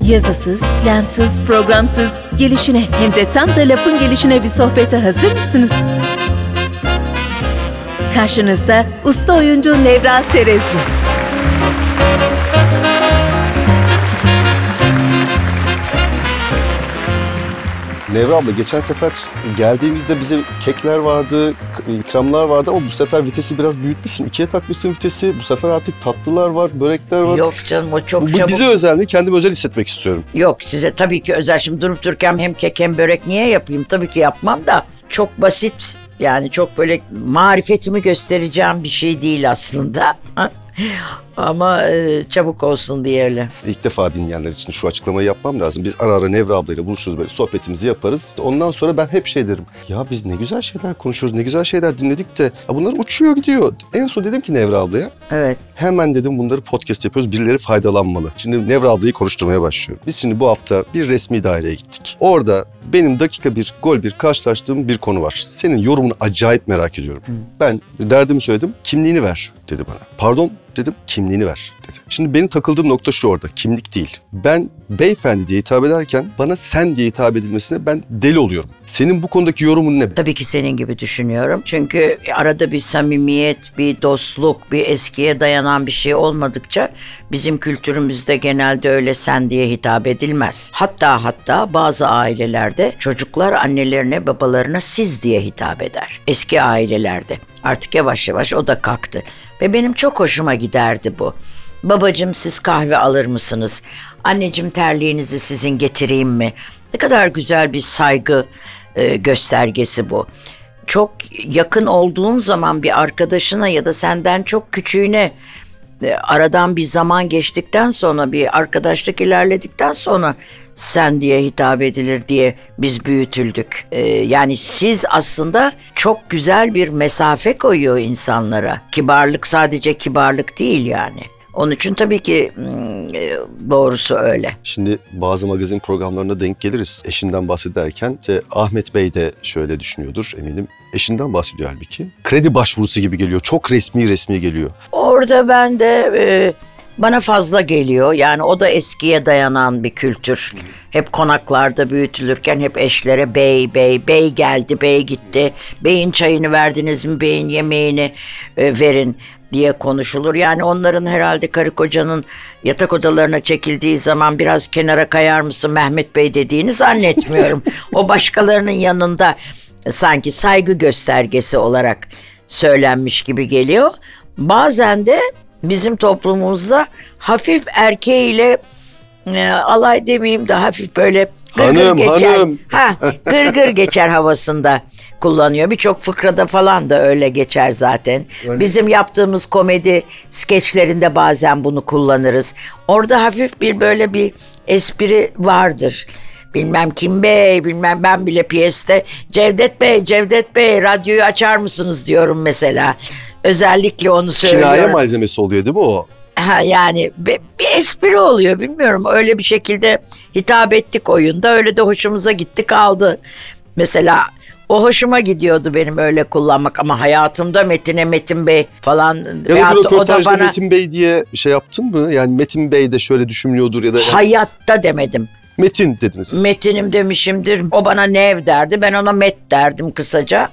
Yazısız, plansız, programsız, gelişine hem de tam da lafın gelişine bir sohbete hazır mısınız? Karşınızda usta oyuncu Nevra Serezli. Nevra abla, geçen sefer geldiğimizde bize kekler vardı, ikramlar vardı ama bu sefer vitesi biraz büyütmüşsün. 2'ye takmışsın vitesi. Bu sefer artık tatlılar var, börekler var. Yok canım, o çok Bu çabuk. bize özel mi? Kendimi özel hissetmek istiyorum. Yok, size tabii ki özel. Şimdi durup dururken hem kek hem börek niye yapayım? Tabii ki yapmam da çok basit. Yani çok böyle marifetimi göstereceğim bir şey değil aslında. Ama çabuk olsun diye öyle. İlk defa dinleyenler için şu açıklamayı yapmam lazım. Biz ara ara Nevra ablayla buluşuruz, böyle sohbetimizi yaparız. Ondan sonra ben hep şey derim. Ya biz ne güzel şeyler konuşuyoruz, ne güzel şeyler dinledik de bunlar uçuyor gidiyor. En son dedim ki Nevra ablaya. Evet. Hemen dedim bunları podcast yapıyoruz. Birileri faydalanmalı. Şimdi Nevra ablayı konuşturmaya başlıyorum. Biz şimdi bu hafta bir resmi daireye gittik. Orada benim dakika bir, gol bir karşılaştığım bir konu var. Senin yorumunu acayip merak ediyorum. Ben derdimi söyledim. Kimliğini ver dedi bana. Pardon dedim, kimliğini ver dedi. Şimdi benim takıldığım nokta şu orada. Kimlik değil. Ben beyefendi diye hitap ederken bana sen diye hitap edilmesine ben deli oluyorum. Senin bu konudaki yorumun ne? Tabii ki senin gibi düşünüyorum. Çünkü arada bir samimiyet, bir dostluk, bir eskiye dayanan bir şey olmadıkça bizim kültürümüzde genelde öyle sen diye hitap edilmez. Hatta bazı ailelerde çocuklar annelerine, babalarına siz diye hitap eder. Eski ailelerde. Artık yavaş yavaş o da kalktı. Ve benim çok hoşuma giderdi bu. Babacığım, siz kahve alır mısınız? Anneciğim, terliğinizi sizin getireyim mi? Ne kadar güzel bir saygı göstergesi bu. Çok yakın olduğun zaman bir arkadaşına ya da senden çok küçüğüne aradan bir zaman geçtikten sonra, bir arkadaşlık ilerledikten sonra sen diye hitap edilir diye biz büyütüldük. Yani siz aslında çok güzel bir mesafe koyuyor insanlara. Kibarlık sadece kibarlık değil yani. Onun için tabii ki doğrusu öyle. Şimdi bazı magazin programlarına denk geliriz. Eşinden bahsederken Ahmet Bey de şöyle düşünüyordur eminim. Eşinden bahsediyor halbuki. Kredi başvurusu gibi geliyor. Çok resmi geliyor. Orada ben de bana fazla geliyor. Yani o da eskiye dayanan bir kültür. Hep konaklarda büyütülürken hep eşlere bey geldi, bey gitti. Beyin çayını verdiniz mi, beyin yemeğini verin diye konuşulur. Yani onların herhalde karı kocanın yatak odalarına çekildiği zaman biraz kenara kayar mısın Mehmet Bey dediğini zannetmiyorum. O başkalarının yanında sanki saygı göstergesi olarak söylenmiş gibi geliyor. Bazen de bizim toplumumuzda hafif erkeğiyle alay demeyeyim de hafif böyle gırgır geçer. Gırgır geçer havasında kullanıyor. Birçok fıkrada falan da öyle geçer zaten. Öyle. Bizim yaptığımız komedi skeçlerinde bazen bunu kullanırız. Orada hafif bir böyle bir espri vardır. Bilmem kim bey, bilmem, ben bile piyeste Cevdet Bey radyoyu açar mısınız diyorum mesela. Özellikle onu söylüyorum. Kinaye malzemesi oluyor değil mi o? Yani bir espri oluyor, bilmiyorum. Öyle bir şekilde hitap ettik oyunda. Öyle de hoşumuza gitti kaldı. Mesela o hoşuma gidiyordu benim öyle kullanmak ama hayatımda Metin Bey falan. Ya da bir röportajda bana... Metin Bey diye bir şey yaptın mı? Yani Metin Bey de şöyle düşünmüyordur ya da... Hayatta demedim. Metin dediniz. Metinim demişimdir. O bana Nev derdi. Ben ona Met derdim kısaca.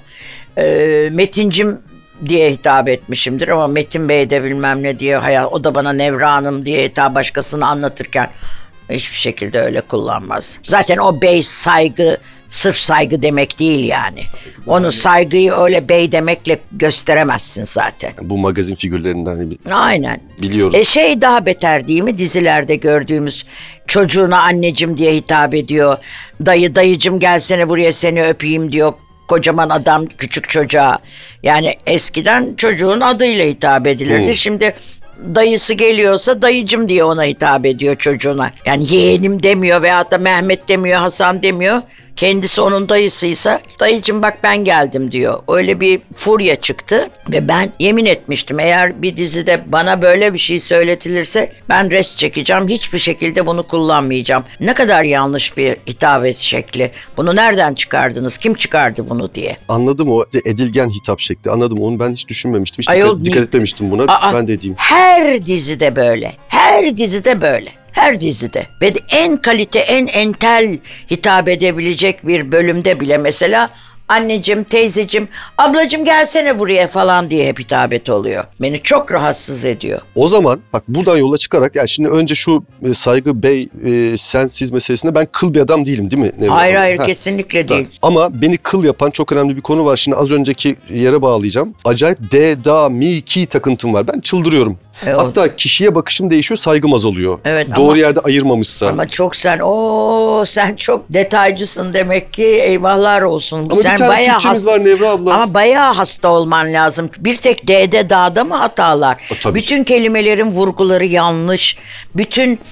Metincim diye hitap etmişimdir ama Metin Bey de bilmem ne diye, o da bana Nevra Hanım diye hitap başkasını anlatırken hiçbir şekilde öyle kullanmaz. Zaten o bey saygı, sırf saygı demek değil yani. Onu saygıyı öyle bey demekle gösteremezsin zaten. Bu magazin figürlerinden aynen biliyoruz. Şey daha beter değil mi, dizilerde gördüğümüz çocuğuna anneciğim diye hitap ediyor. Dayıcım gelsene buraya seni öpeyim diyor. Kocaman adam küçük çocuğa. Yani eskiden çocuğun adıyla hitap edilirdi. Şimdi dayısı geliyorsa dayıcım diye ona hitap ediyor çocuğuna. Yani yeğenim demiyor veyahut da Mehmet demiyor, Hasan demiyor. Kendisi onun dayısıysa dayıcım bak ben geldim diyor. Öyle bir furya çıktı ve ben yemin etmiştim, eğer bir dizide bana böyle bir şey söyletilirse ben rest çekeceğim. Hiçbir şekilde bunu kullanmayacağım. Ne kadar yanlış bir hitabet şekli. Bunu nereden çıkardınız? Kim çıkardı bunu diye. Anladım, o edilgen hitap şekli. Anladım, onu ben hiç düşünmemiştim. Hiç dikkat etmemiştim buna. Ben de edeyim. Her dizide böyle. Her dizide böyle. Her dizide ve de en kalite, en entel hitap edebilecek bir bölümde bile mesela anneciğim, teyzeciğim, ablacığım gelsene buraya falan diye hep hitabet oluyor. Beni çok rahatsız ediyor. O zaman bak buradan yola çıkarak yani şimdi önce şu saygı bey sen siz meselesinde ben kıl bir adam değilim değil mi? Nevra Hayır Hanım? hayır Ha, kesinlikle değil. Ama beni kıl yapan çok önemli bir konu var. Şimdi az önceki yere bağlayacağım. Acayip de, da, mi, ki takıntım var. Ben çıldırıyorum. Evet. Hatta kişiye bakışım değişiyor, saygım azalıyor. Evet, Doğru ama- yerde ayırmamışsa. Ama çok sen çok detaycısın demek ki, eyvahlar olsun. Ama Sen bir tane bayağı Türkçemiz var Nevra abla. Ama bayağı hasta olman lazım. Bir tek D'de da'da mı hatalar? Tabii. Bütün kelimelerin vurguları yanlış. Bütün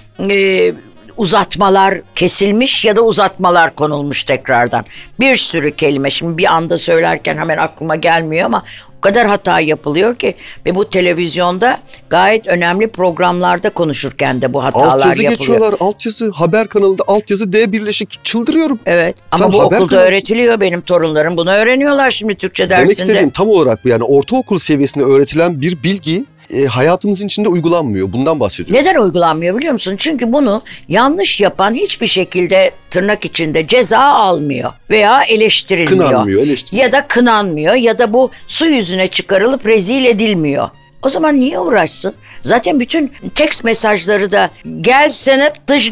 uzatmalar kesilmiş ya da uzatmalar konulmuş tekrardan. Bir sürü kelime. Şimdi bir anda söylerken hemen aklıma gelmiyor ama o kadar hata yapılıyor ki ve bu televizyonda gayet önemli programlarda konuşurken de bu hatalar Altyazı yapılıyor. geçiyorlar. Altyazı haber kanalında altyazı D birleşik. Çıldırıyorum. Evet Sen ama bu haber okulda kanalısın. öğretiliyor, benim torunlarım bunu öğreniyorlar şimdi Türkçe Demek dersinde. istediğim tam olarak bu yani ortaokul seviyesinde öğretilen bir bilgi hayatımızın içinde uygulanmıyor. Bundan bahsediyorum. Neden uygulanmıyor biliyor musun? Çünkü bunu yanlış yapan hiçbir şekilde tırnak içinde ceza almıyor veya eleştirilmiyor. Kınanmıyor, eleştiriliyor. Ya da kınanmıyor ya da bu su yüzüne çıkarılıp rezil edilmiyor. O zaman niye uğraşsın? Zaten bütün tekst mesajları da gel sana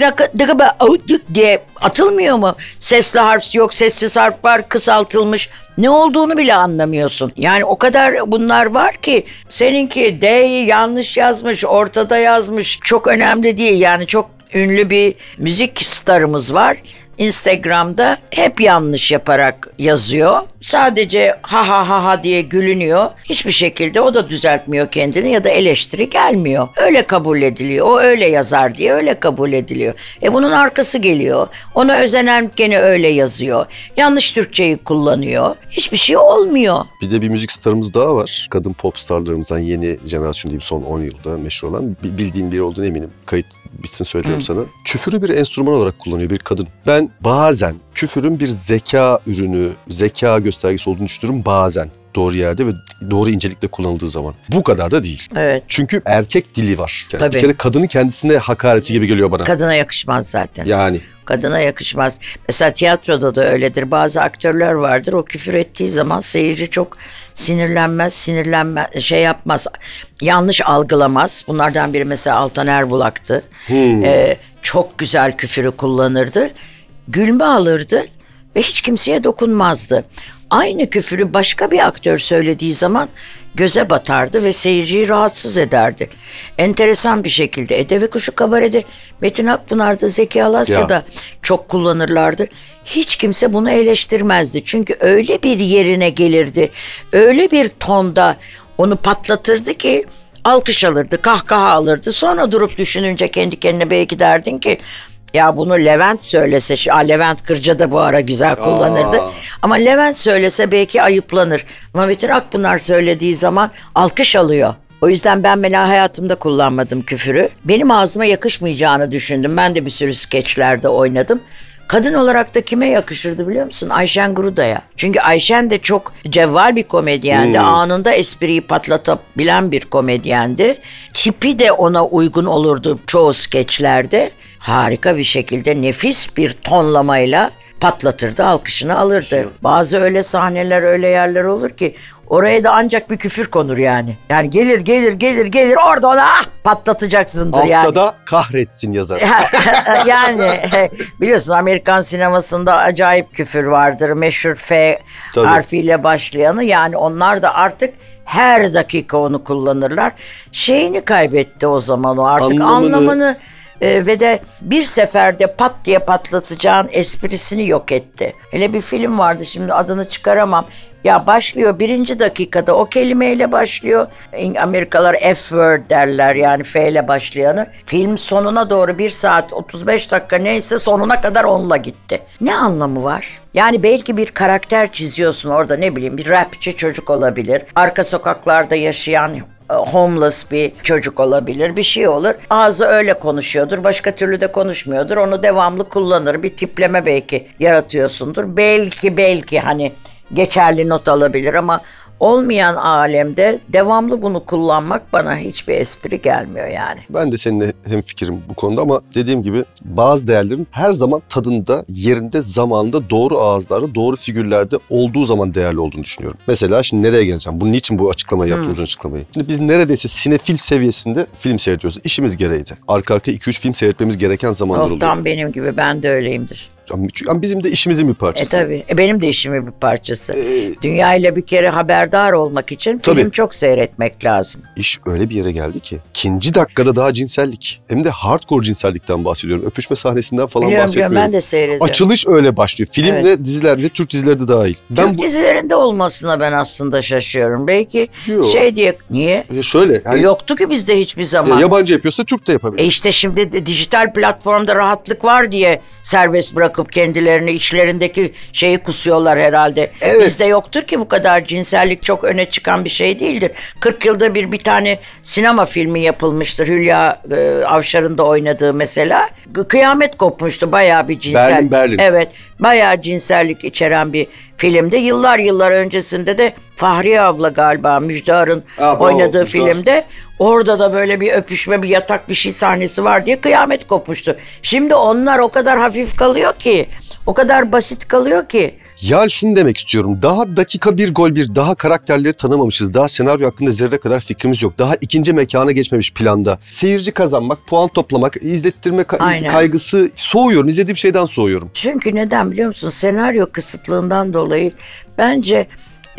diye atılmıyor mu? Sesli harf yok, sessiz harf var, kısaltılmış. Ne olduğunu bile anlamıyorsun. Yani o kadar bunlar var ki seninki D'yi yanlış yazmış, ortada yazmış. Çok önemli değil. Yani çok ünlü bir müzik starımız var. Instagram'da hep yanlış yaparak yazıyor. Sadece ha ha ha ha diye gülünüyor. Hiçbir şekilde o da düzeltmiyor kendini ya da eleştiri gelmiyor. Öyle kabul ediliyor. O öyle yazar diye öyle kabul ediliyor. Bunun arkası geliyor. Ona özenen gene öyle yazıyor. Yanlış Türkçeyi kullanıyor. Hiçbir şey olmuyor. Bir de bir müzik starımız daha var. Kadın pop starlarımızdan yeni jenerasyon diyeyim son 10 yılda meşhur olan. Bildiğim biri olduğunu eminim. Kayıt bitsin söylüyorum sana. Küfürü bir enstrüman olarak kullanıyor bir kadın. Ben bazen küfürün bir zeka ürünü, zeka göstergesi olduğunu düşünüyorum bazen. Doğru yerde ve doğru incelikle kullanıldığı zaman. Bu kadar da değil. Evet. Çünkü erkek dili var. Yani Tabii. bir kere kadının kendisine hakareti gibi geliyor bana. Kadına yakışmaz zaten. Yani. Kadına yakışmaz. Mesela tiyatroda da öyledir. Bazı aktörler vardır. O küfür ettiği zaman seyirci çok sinirlenmez, şey yapmaz. Yanlış algılamaz. Bunlardan biri mesela Altan Erbulak'tı. Çok güzel küfürü kullanırdı. Gülme alırdı ve hiç kimseye dokunmazdı. Aynı küfürü başka bir aktör söylediği zaman göze batardı ve seyirciyi rahatsız ederdi. Enteresan bir şekilde Deve Kuşu Kabare'de, Metin Akpınar'da, Zeki Alasya'da çok kullanırlardı. Hiç kimse bunu eleştirmezdi. Çünkü öyle bir yerine gelirdi, öyle bir tonda onu patlatırdı ki alkış alırdı, kahkaha alırdı. Sonra durup düşününce kendi kendine belki derdin ki ya bunu Levent söylese, Levent Kırca da bu ara güzel kullanırdı. Ama Levent söylese belki ayıplanır. Ama Metin Akpınar söylediği zaman alkış alıyor. O yüzden ben hayatımda kullanmadım küfürü. Benim ağzıma yakışmayacağını düşündüm. Ben de bir sürü skeçlerde oynadım. Kadın olarak da kime yakışırdı biliyor musun? Ayşen Gruda'ya. Çünkü Ayşen de çok cevval bir komedyendi. Anında espriyi patlatabilen bir komedyendi. Tipi de ona uygun olurdu çoğu skeçlerde. Harika bir şekilde nefis bir tonlamayla patlatırdı, alkışını alırdı. Bazı öyle sahneler, öyle yerler olur ki oraya da ancak bir küfür konur yani. Yani gelir orada ona patlatacaksındır Altta yani. da kahretsin yazar. Yani biliyorsun Amerikan sinemasında acayip küfür vardır. Meşhur F Tabii. harfiyle başlayanı. Yani onlar da artık her dakika onu kullanırlar. Şeyini kaybetti o zaman o artık anlamını ve de bir seferde pat diye patlatacağın esprisini yok etti. Hele bir film vardı, şimdi adını çıkaramam. Ya başlıyor 1. dakikada o kelimeyle başlıyor. Amerikalılar F-word derler, yani F ile başlayanı. Film sonuna doğru 1 saat 35 dakika neyse sonuna kadar onunla gitti. Ne anlamı var? Yani belki bir karakter çiziyorsun orada, ne bileyim bir rapçi çocuk olabilir. Arka sokaklarda yaşayan homeless bir çocuk olabilir, bir şey olur. Ağzı öyle konuşuyordur, başka türlü de konuşmuyordur. Onu devamlı kullanır. Bir tipleme belki yaratıyorsundur. Belki hani geçerli not alabilir ama olmayan alemde devamlı bunu kullanmak bana hiçbir espri gelmiyor yani. Ben de seninle hemfikirim bu konuda ama dediğim gibi bazı değerlerin her zaman tadında, yerinde, zamanında, doğru ağızlarda, doğru figürlerde olduğu zaman değerli olduğunu düşünüyorum. Mesela şimdi nereye geleceğim? Bunun niçin bu açıklamayı yaptığımız açıklamayı? Şimdi biz neredeyse sinefil seviyesinde film seyrediyoruz. İşimiz gereğiydi. Arka arkaya 2-3 film seyretmemiz gereken zamanlar oluyor. Tam benim gibi, ben de öyleyimdir. Ama bizim de işimizin bir parçası. Tabii. Benim de işimin bir parçası. Dünya ile bir kere haberdar olmak için film Tabii. çok seyretmek lazım. İş öyle bir yere geldi ki. İkinci dakikada daha cinsellik. Hem de hardcore cinsellikten bahsediyorum. Öpüşme sahnesinden falan Biliyorum, bahsetmiyorum. ben de seyrediyorum. Açılış öyle başlıyor. Film ve diziler ve Türk dizileri de dahil. Türk dizilerinde olmasına ben aslında şaşıyorum. Belki Yok. niye? Şöyle. Yani, Yoktu ki bizde hiçbir zaman. yabancı yapıyorsa Türk de yapabilir. İşte şimdi dijital platformda rahatlık var diye serbest bırakıp kendilerini, içlerindeki şeyi kusuyorlar herhalde. Evet. Bizde yoktur ki bu kadar, cinsellik çok öne çıkan bir şey değildir. 40 yılda bir tane sinema filmi yapılmıştır. Hülya Avşar'ın da oynadığı mesela. Kıyamet kopmuştu, bayağı bir cinsel. Berlin. Evet, bayağı cinsellik içeren bir filmde. Yıllar öncesinde de Fahriye abla galiba Müjdar'ın oynadığı filmde, orada da böyle bir öpüşme, bir yatak, bir şey sahnesi var diye kıyamet kopmuştu. Şimdi onlar o kadar hafif kalıyor ki, o kadar basit kalıyor ki. Yani şunu demek istiyorum. Daha dakika bir gol bir, daha karakterleri tanımamışız. Daha senaryo hakkında zerre kadar fikrimiz yok. Daha ikinci mekana geçmemiş planda. Seyirci kazanmak, puan toplamak, izlettirme kaygısı, soğuyorum. İzlediğim şeyden soğuyorum. Çünkü neden biliyor musun? Senaryo kısıtlığından dolayı bence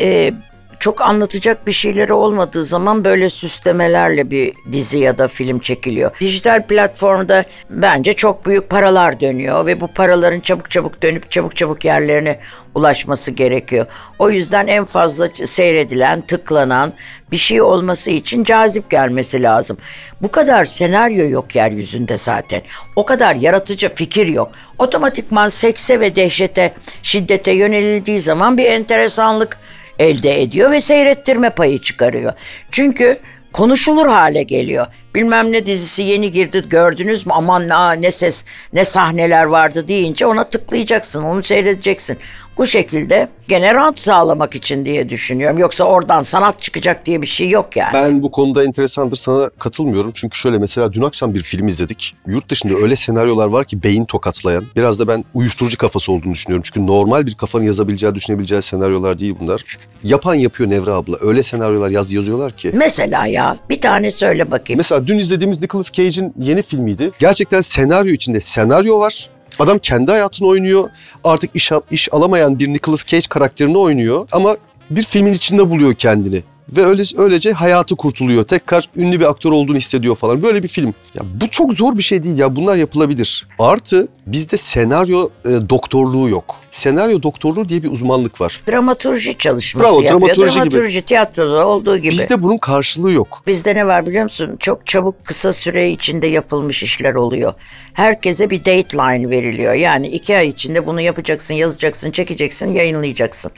çok anlatacak bir şeyleri olmadığı zaman böyle süslemelerle bir dizi ya da film çekiliyor. Dijital platformda bence çok büyük paralar dönüyor ve bu paraların çabuk dönüp çabuk yerlerine ulaşması gerekiyor. O yüzden en fazla seyredilen, tıklanan bir şey olması için cazip gelmesi lazım. Bu kadar senaryo yok yeryüzünde zaten. O kadar yaratıcı fikir yok. Otomatikman sekse ve dehşete, şiddete yönelildiği zaman bir enteresanlık elde ediyor ve seyrettirme payı çıkarıyor. Çünkü konuşulur hale geliyor. Bilmem ne dizisi yeni girdi, gördünüz mü? Aman ne ses, ne sahneler vardı deyince ona tıklayacaksın, onu seyredeceksin. Bu şekilde gene rant sağlamak için diye düşünüyorum. Yoksa oradan sanat çıkacak diye bir şey yok yani. Ben bu konuda enteresandır, sana katılmıyorum. Çünkü şöyle, mesela dün akşam bir film izledik. Yurt dışında öyle senaryolar var ki beyin tokatlayan. Biraz da ben uyuşturucu kafası olduğunu düşünüyorum. Çünkü normal bir kafanın yazabileceği, düşünebileceği senaryolar değil bunlar. Yapan yapıyor Nevra abla. Öyle senaryolar yazıyorlar ki. Mesela ya bir tane söyle bakayım. Mesela dün izlediğimiz Nicolas Cage'in yeni filmiydi. Gerçekten senaryo içinde senaryo var. Adam kendi hayatını oynuyor. Artık iş alamayan bir Nicolas Cage karakterini oynuyor. Ama bir filmin içinde buluyor kendini. Ve öylece hayatı kurtuluyor. Tekrar ünlü bir aktör olduğunu hissediyor falan. Böyle bir film. Ya bu çok zor bir şey değil ya. Bunlar yapılabilir. Artı bizde senaryo doktorluğu yok. Senaryo doktorluğu diye bir uzmanlık var. Dramaturji çalışması yapıyor. Dramaturji tiyatroda olduğu gibi. Bizde bunun karşılığı yok. Bizde ne var biliyor musun? Çok çabuk, kısa süre içinde yapılmış işler oluyor. Herkese bir deadline veriliyor. Yani 2 ay içinde bunu yapacaksın, yazacaksın, çekeceksin, yayınlayacaksın.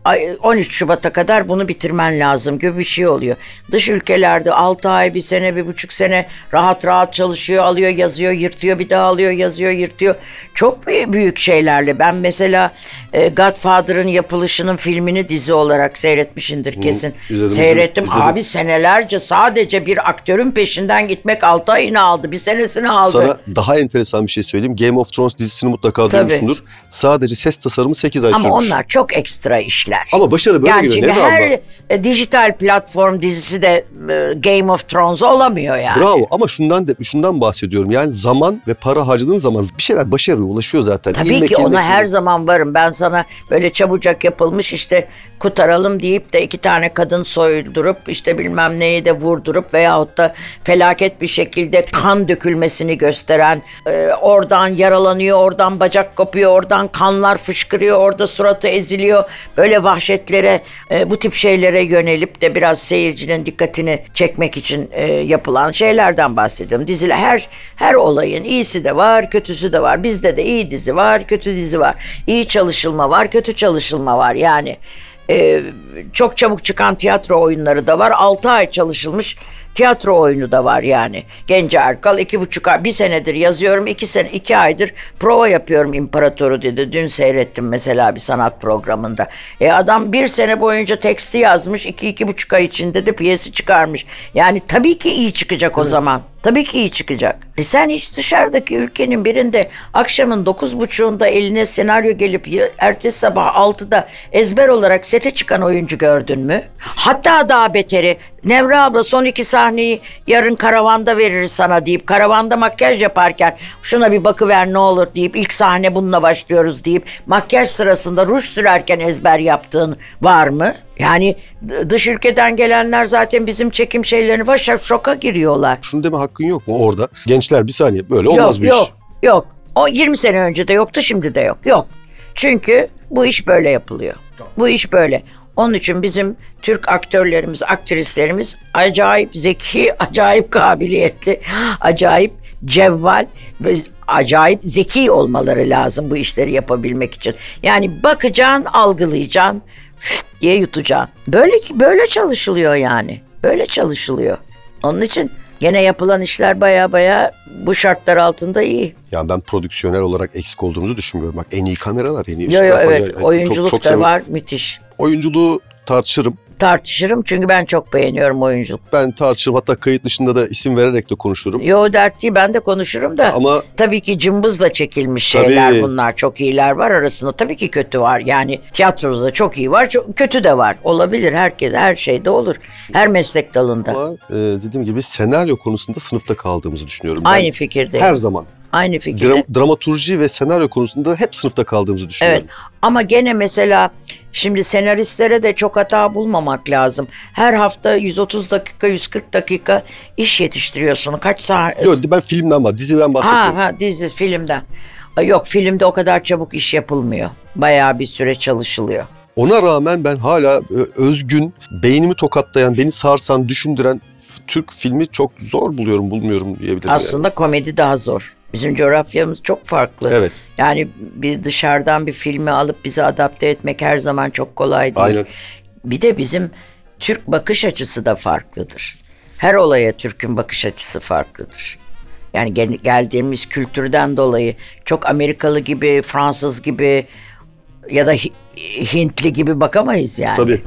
13 Şubat'a kadar bunu bitirmen lazım gibi bir şey oluyor. Dış ülkelerde 6 ay, 1 sene, 1,5 sene rahat çalışıyor, alıyor, yazıyor, yırtıyor, bir daha alıyor, yazıyor, yırtıyor. Çok büyük şeylerle. Ben mesela Godfather'ın yapılışının filmini dizi olarak seyretmişindir kesin. Seyrettim. Abi senelerce sadece bir aktörün peşinden gitmek 6 ayını aldı, 1 senesini aldı. Sana daha enteresan bir şey söyleyeyim. Game of Thrones dizisini mutlaka duymuşsundur. Sadece ses tasarımı 8 ay sürmüş. Ama onlar çok ekstra işler. Ama başarı böyle yani geliyor. Çünkü her dijital platform dizisi de Game of Thrones olamıyor yani. Bravo, ama şundan bahsediyorum. Yani zaman ve para harcadığın zaman bir şeyler başarıya ulaşıyor zaten. Tabii ki ona her zaman varım. Ben sana böyle çabucak yapılmış işte kurtaralım deyip de 2 tane kadın soydurup işte bilmem neyi de vurdurup veyahut da felaket bir şekilde kan dökülmesini gösteren, oradan yaralanıyor, oradan bacak kopuyor, oradan kanlar fışkırıyor, orada suratı eziliyor. Böyle vahşetlere, bu tip şeylere yönelip de biraz seyircinin dikkatini çekmek için yapılan şeylerden bahsediyorum. Diziler, her olayın iyisi de var, kötüsü de var. Bizde de iyi dizi var, kötü dizi var. İyi çalışılma var, kötü çalışılma var. Yani çok çabuk çıkan tiyatro oyunları da var. 6 ay çalışılmış Tiyatro oyunu da var yani. Genco Erkal 2,5 ay, bir senedir yazıyorum. 2 aydır prova yapıyorum İmparatoru dedi. Dün seyrettim mesela bir sanat programında. Adam 1 sene boyunca teksti yazmış. 2,5 ay içinde de piyesi çıkarmış. Yani tabii ki iyi çıkacak o zaman. Tabii ki iyi çıkacak. Sen hiç dışarıdaki ülkenin birinde akşamın 9.30'unda eline senaryo gelip ertesi sabah 6'da ezber olarak sete çıkan oyuncu gördün mü? Hatta daha beteri, Nevra abla son 2 sahneyi yarın karavanda veririz sana deyip karavanda makyaj yaparken şuna bir bakıver ne olur deyip ilk sahne bununla başlıyoruz deyip makyaj sırasında ruj sürerken ezber yaptığın var mı? Yani dış ülkeden gelenler zaten bizim çekim şeylerini var, şoka giriyorlar. Şunu deme hakkın yok mu orada? Gençler bir saniye böyle olmaz bu iş. Yok. O 20 sene önce de yoktu, şimdi de yok. Yok. Çünkü bu iş böyle yapılıyor. Bu iş böyle. Onun için bizim Türk aktörlerimiz, aktrislerimiz acayip zeki, acayip kabiliyetli, acayip cevval ve acayip zeki olmaları lazım bu işleri yapabilmek için. Yani bakacaksın, algılayacaksın, diye yutacaksın. Böyle çalışılıyor yani. Böyle çalışılıyor. Onun için gene yapılan işler baya bu şartlar altında iyi. Yani ben prodüksiyonel olarak eksik olduğumuzu düşünmüyorum. Bak en iyi kameralar, en iyi Yo, ışıklar falan. evet. Oyunculuk da var, müthiş. Oyunculuğu tartışırım. Tartışırım çünkü ben çok beğeniyorum oyunculuk. Ben tartışırım, hatta kayıt dışında da isim vererek de konuşurum. Yo, dert değil, ben de konuşurum da. Ama tabii ki cımbızla çekilmiş şeyler bunlar. Çok iyiler var arasında. Tabii ki kötü var. Yani tiyatroda da çok iyi var, çok kötü de var. Olabilir, herkes her şeyde olur. Her meslek dalında. Ama dediğim gibi senaryo konusunda sınıfta kaldığımızı düşünüyorum. Aynı fikirdeyim. Her zaman. Aynı fikirde. Dramaturji ve senaryo konusunda hep sınıfta kaldığımızı düşünüyorum. Evet, ama gene mesela şimdi senaristlere de çok hata bulmamak lazım. Her hafta 130 dakika, 140 dakika iş yetiştiriyorsun. Kaç saat? Yok, ben filmden diziden bahsediyorum. Dizi, filmden. Yok, filmde o kadar çabuk iş yapılmıyor. Bayağı bir süre çalışılıyor. Ona rağmen ben hala özgün, beynimi tokatlayan, beni sarsan, düşündüren Türk filmi çok zor bulmuyorum diyebilirim. Aslında komedi daha zor. Bizim coğrafyamız çok farklı. Evet. Yani bir dışarıdan bir filmi alıp bize adapte etmek her zaman çok kolay değil. Aynen. Bir de bizim Türk bakış açısı da farklıdır. Her olaya Türk'ün bakış açısı farklıdır. Yani geldiğimiz kültürden dolayı çok Amerikalı gibi, Fransız gibi ya da Hintli gibi bakamayız yani. Tabii.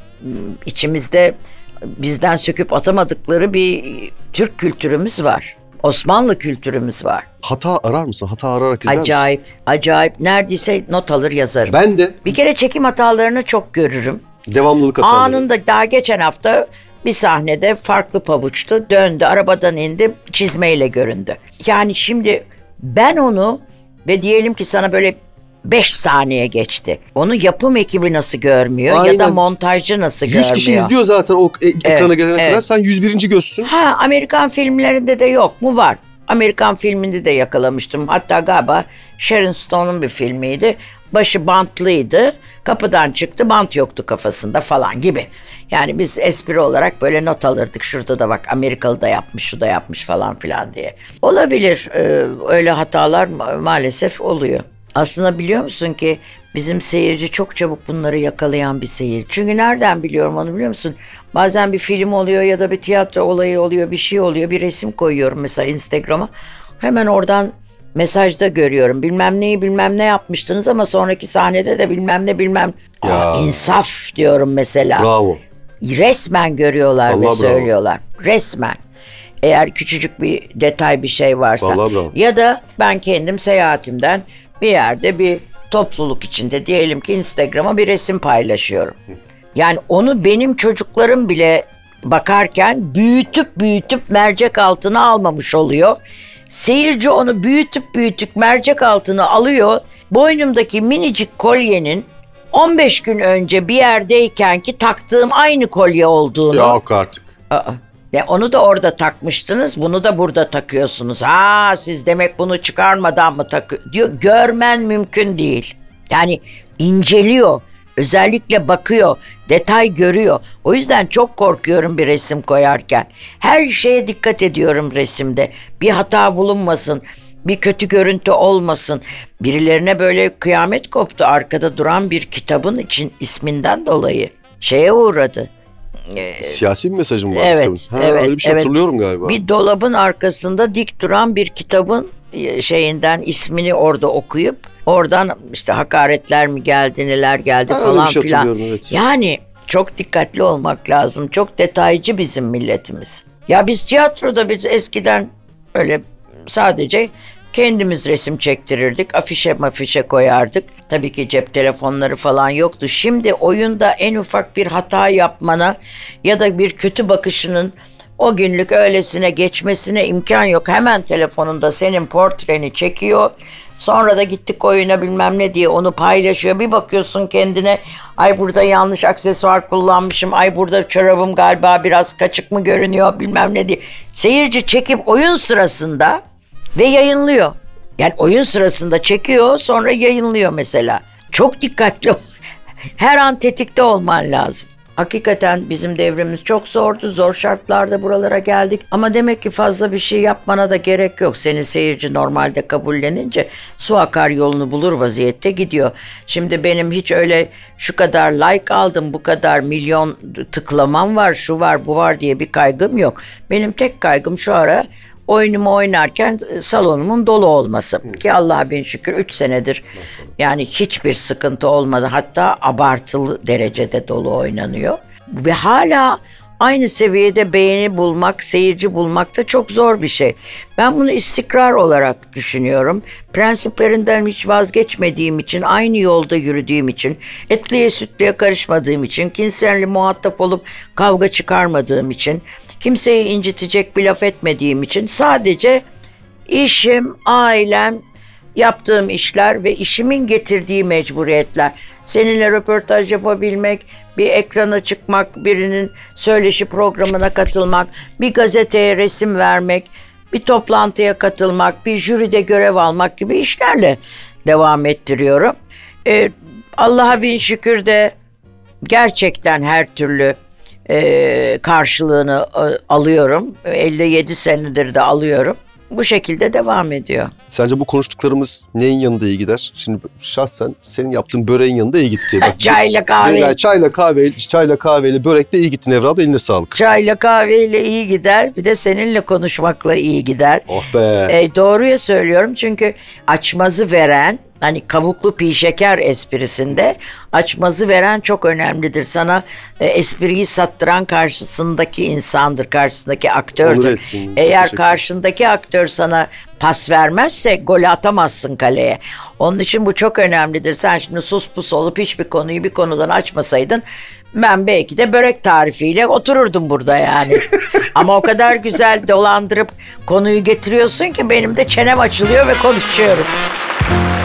İçimizde bizden söküp atamadıkları bir Türk kültürümüz var. Osmanlı kültürümüz var. Hata arar mısın? Hata ararak izler misin? Acayip. Neredeyse not alır yazarım. Ben de. Bir kere çekim hatalarını çok görürüm. Devamlılık hataları. Anında, daha geçen hafta bir sahnede farklı pabuçtu. Döndü, arabadan indi, çizmeyle göründü. Yani şimdi ben onu ve diyelim ki sana böyle 5 saniye geçti. Onu yapım ekibi nasıl görmüyor? Aynen. Ya da montajcı nasıl 100 görmüyor? kişi izliyor zaten o ekrana gelene evet. kadar. Sen 101. gözsün. Amerikan filmlerinde de yok mu? Var. Amerikan filminde de yakalamıştım. Hatta galiba Sharon Stone'un bir filmiydi. Başı bantlıydı. Kapıdan çıktı, bant yoktu kafasında falan gibi. Yani biz espri olarak böyle not alırdık. Şurada da bak Amerikalı da yapmış, şu da yapmış falan filan diye. Olabilir. Öyle hatalar maalesef oluyor. Aslında biliyor musun ki bizim seyirci çok çabuk bunları yakalayan bir seyirci. Çünkü nereden biliyorum onu biliyor musun? Bazen bir film oluyor ya da bir tiyatro olayı oluyor, bir şey oluyor. Bir resim koyuyorum mesela Instagram'a. Hemen oradan mesajda görüyorum. Bilmem ne yapmıştınız ama sonraki sahnede de bilmem. İnsaf diyorum mesela. Bravo. Resmen görüyorlar Vallahi ve bravo. söylüyorlar. Resmen. Eğer küçücük bir detay bir şey varsa. Vallahi bravo. Ya da ben kendim seyahatimden bir yerde bir topluluk içinde diyelim ki Instagram'a bir resim paylaşıyorum. Yani onu benim çocuklarım bile bakarken büyütüp mercek altına almamış oluyor. Seyirci onu büyütüp mercek altına alıyor. Boynumdaki minicik kolyenin 15 gün önce bir yerdeyken ki taktığım aynı kolye olduğunu. Yok artık. Onu da orada takmıştınız, bunu da burada takıyorsunuz. Siz demek bunu çıkarmadan mı diyor. Görmen mümkün değil. Yani inceliyor, özellikle bakıyor, detay görüyor. O yüzden çok korkuyorum bir resim koyarken. Her şeye dikkat ediyorum resimde. Bir hata bulunmasın, bir kötü görüntü olmasın. Birilerine böyle kıyamet koptu arkada duran bir kitabın isminden dolayı. Şeye uğradı. Siyasi bir mesajım var Evet, kitabın. evet, Öyle bir şey evet. hatırlıyorum galiba. Bir dolabın arkasında dik duran bir kitabın şeyinden ismini orada okuyup oradan işte hakaretler mi geldi, neler geldi Öyle falan bir şey filan. hatırlıyorum, evet. Yani çok dikkatli olmak lazım. Çok detaycı bizim milletimiz. Ya biz tiyatroda eskiden öyle sadece kendimiz resim çektirirdik. Afişe mafişe koyardık. Tabii ki cep telefonları falan yoktu. Şimdi oyunda en ufak bir hata yapmana ya da bir kötü bakışının o günlük öylesine geçmesine imkan yok. Hemen telefonunda senin portreni çekiyor. Sonra da gittik oyuna bilmem ne diye onu paylaşıyor. Bir bakıyorsun kendine, ay burada yanlış aksesuar kullanmışım. Ay burada çorabım galiba biraz kaçık mı görünüyor bilmem ne diye. Seyirci çekip oyun sırasında ve yayınlıyor. Yani oyun sırasında çekiyor sonra yayınlıyor mesela. Çok dikkatli ol. Her an tetikte olman lazım. Hakikaten bizim devrimiz çok zordu. Zor şartlarda buralara geldik. Ama demek ki fazla bir şey yapmana da gerek yok. Seni seyirci normalde kabullenince su akar yolunu bulur vaziyette gidiyor. Şimdi benim hiç öyle şu kadar like aldım, bu kadar milyon tıklamam var, şu var, bu var diye bir kaygım yok. Benim tek kaygım şu ara oyunumu oynarken salonumun dolu olması. Ki Allah'a bin şükür 3 senedir yani hiçbir sıkıntı olmadı. Hatta abartılı derecede dolu oynanıyor. Ve hala aynı seviyede beğeni bulmak, seyirci bulmak da çok zor bir şey. Ben bunu istikrar olarak düşünüyorum. Prensiplerinden hiç vazgeçmediğim için, aynı yolda yürüdüğüm için, etliye sütlüye karışmadığım için, kimseyle muhatap olup kavga çıkarmadığım için, kimseyi incitecek bir laf etmediğim için sadece işim, ailem, yaptığım işler ve işimin getirdiği mecburiyetler. Seninle röportaj yapabilmek, bir ekrana çıkmak, birinin söyleşi programına katılmak, bir gazeteye resim vermek, bir toplantıya katılmak, bir jüride görev almak gibi işlerle devam ettiriyorum. Allah'a bin şükür de gerçekten her türlü karşılığını alıyorum. 57 senedir de alıyorum. Bu şekilde devam ediyor. Sence bu konuştuklarımız neyin yanında iyi gider? Şimdi şahsen senin yaptığın böreğin yanında iyi gitti. Bak, Çayla kahve. Yani çayla kahveyle börek de iyi gitti Nevra abla, eline sağlık. Çayla kahveyle iyi gider. Bir de seninle konuşmakla iyi gider. Oh be. Doğruya söylüyorum çünkü açmazı veren, hani kavuklu pi şeker esprisinde açmazı veren çok önemlidir. Sana espriyi sattıran karşısındaki insandır, karşısındaki Onur aktördür. ettin. Eğer Teşekkür. karşındaki aktör sana pas vermezse gol atamazsın kaleye. Onun için bu çok önemlidir. Sen şimdi sus pus olup hiçbir konuyu bir konudan açmasaydın ben belki de börek tarifiyle otururdum burada yani. Ama o kadar güzel dolandırıp konuyu getiriyorsun ki benim de çenem açılıyor ve konuşuyorum.